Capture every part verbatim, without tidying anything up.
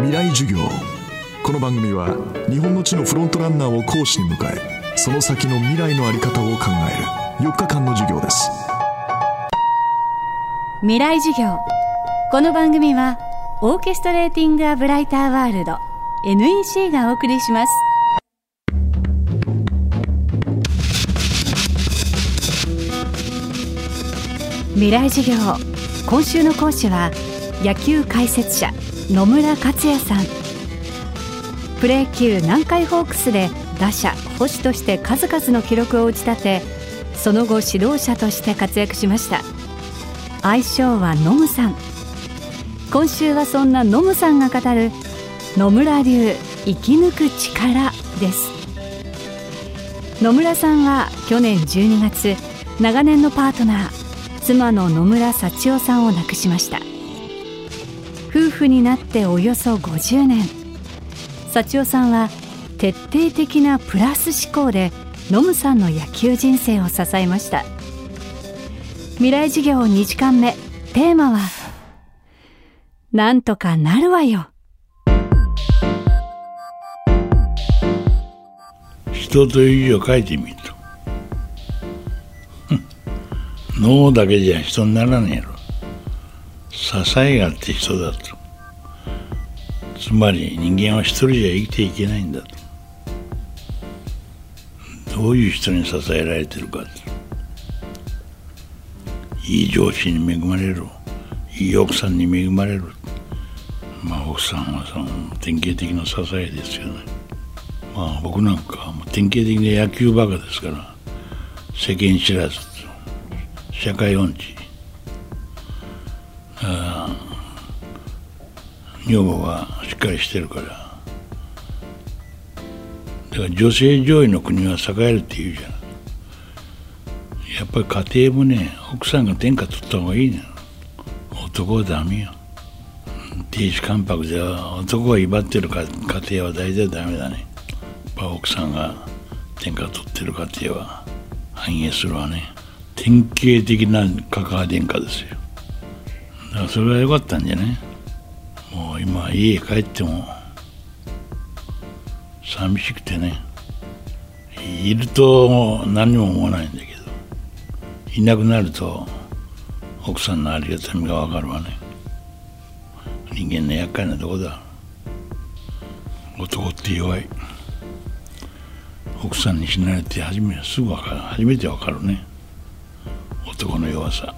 未来授業。この番組は日本の地のフロントランナーを講師に迎え、その先の未来の在り方を考えるよっかかんの授業です。 未来授業。この番組はオーケストレーティング・ア・ブライター・ワールド エヌイーシー がお送りします。未来授業。今週の講師は野球解説者野村克也さん。プロ野球南海ホークスで打者捕手として数々の記録を打ち立て、その後指導者として活躍しました。愛称はノムさん。今週はそんなノムさんが語る野村流生き抜く力です。野村さんは去年じゅうにがつ、長年のパートナー妻の野村幸代さんを亡くしました。夫婦になっておよそごじゅうねん。幸代さんは徹底的なプラス思考でノムさんの野球人生を支えました。未来授業にじかんめ、テーマはなんとかなるわよ。 人という字を書いてみると脳だけじゃ人にならねえやろ。支えがあって人だと。つまり人間は一人じゃ生きていけないんだと。どういう人に支えられてるかと。いい上司に恵まれる、いい奥さんに恵まれる。まあ奥さんはその典型的な支えですよね。まあ僕なんかはもう典型的な野球バカですから、世間知らず、社会音痴、あ女房がしっかりしてるから。だから女性上位の国は栄えるって言うじゃん。やっぱり家庭もね、奥さんが天下取った方がいいね。男はダメよ。亭主関白では男が威張ってる家庭は大体ダメだね。やっぱ奥さんが天下取ってる家庭は繁栄するわね。典型的なカカア殿下ですよ。だからそれは良かったんじゃね。もう今家帰っても寂しくてね、いると何にも思わないんだけど、いなくなると奥さんのありがたみが分かるわね。人間の厄介なとこだ。男って弱い。奥さんに死なれて初めすぐ分かる。初めて分かるね、男の弱さ。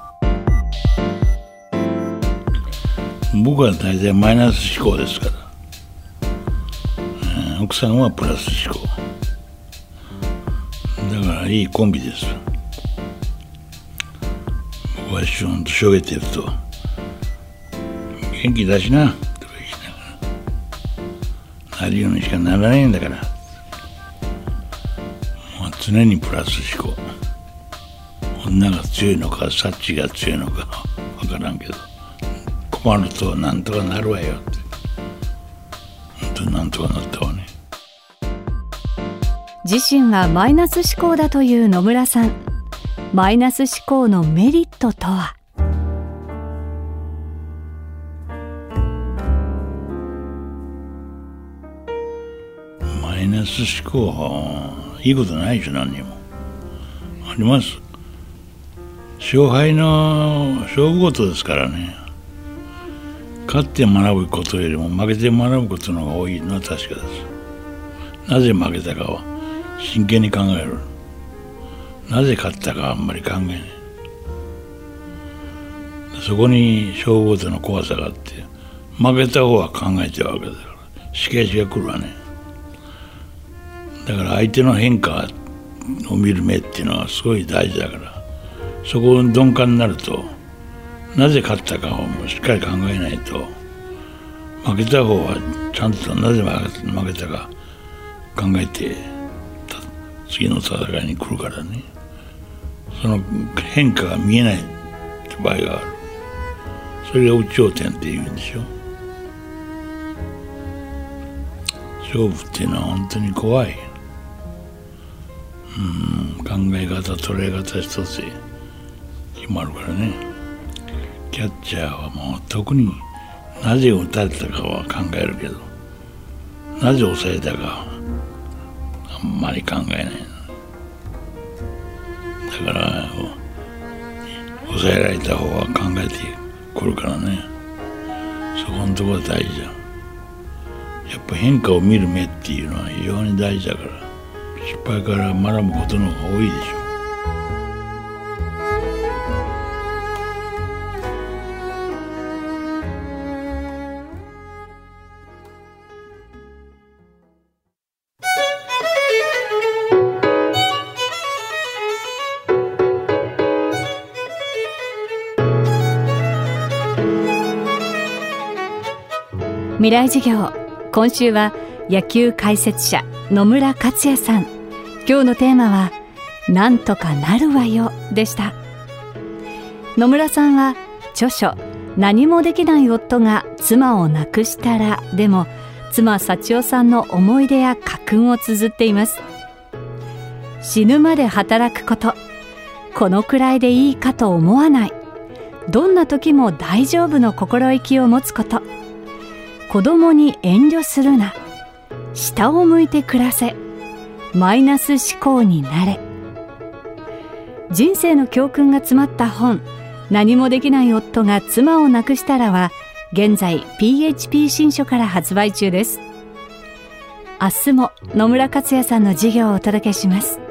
僕は大体マイナス思考ですから、えー、奥さんはプラス思考だからいいコンビです。僕はシュンとしょげてると元気だしなとか言いながら、なるようにしかならないんだから、もう常にプラス思考。女が強いのかサッチが強いのか分からんけど、困るとなんとかなるわよって。本当になんとかなったわね。 自身はマイナス思考だという野村さん。マイナス思考のメリットとは。 マイナス思考はいいことないでしょ。何にもあります。勝敗の勝負事ですからね。勝って学ぶことよりも負けて学ぶことの方が多いのは確かです。なぜ負けたかは真剣に考える。なぜ勝ったかはあんまり考えない。そこに勝負事の怖さがあって、負けた方は考えてるわけだから仕返しが来るわね。だから相手の変化を見る目っていうのはすごい大事だから、そこを鈍感になると、なぜ勝ったかをしっかり考えないと、負けた方はちゃんとなぜ負けたか考えて次の戦いに来るからね。その変化が見えない場合がある。それが有頂天っていうんでしょ。勝負っていうのは本当に怖い。うん、考え方捉え方一つで決まるからね。キャッチャーはもう特になぜ撃たれたかは考えるけど、なぜ抑えたかはあんまり考えない。だから抑えられた方は考えてくるからね。そこのところが大事だ。やっぱ変化を見る目っていうのは非常に大事だから、失敗から学ぶことの方が多いでしょう。 未来授業、今週は野球解説者野村克也さん。今日のテーマはなんとかなるわよでした。野村さんは著書何もできない夫が妻を亡くしたらでも妻幸代さんの思い出や家訓を綴っています。死ぬまで働くこと、このくらいでいいかと思わない、どんな時も大丈夫の心意気を持つこと、子供に遠慮するな、下を向いて暮らせ、マイナス思考になれ。人生の教訓が詰まった本、何もできない夫が妻を亡くしたらは現在 ピーエイチピー 新書から発売中です。明日も野村克也さんの授業をお届けします。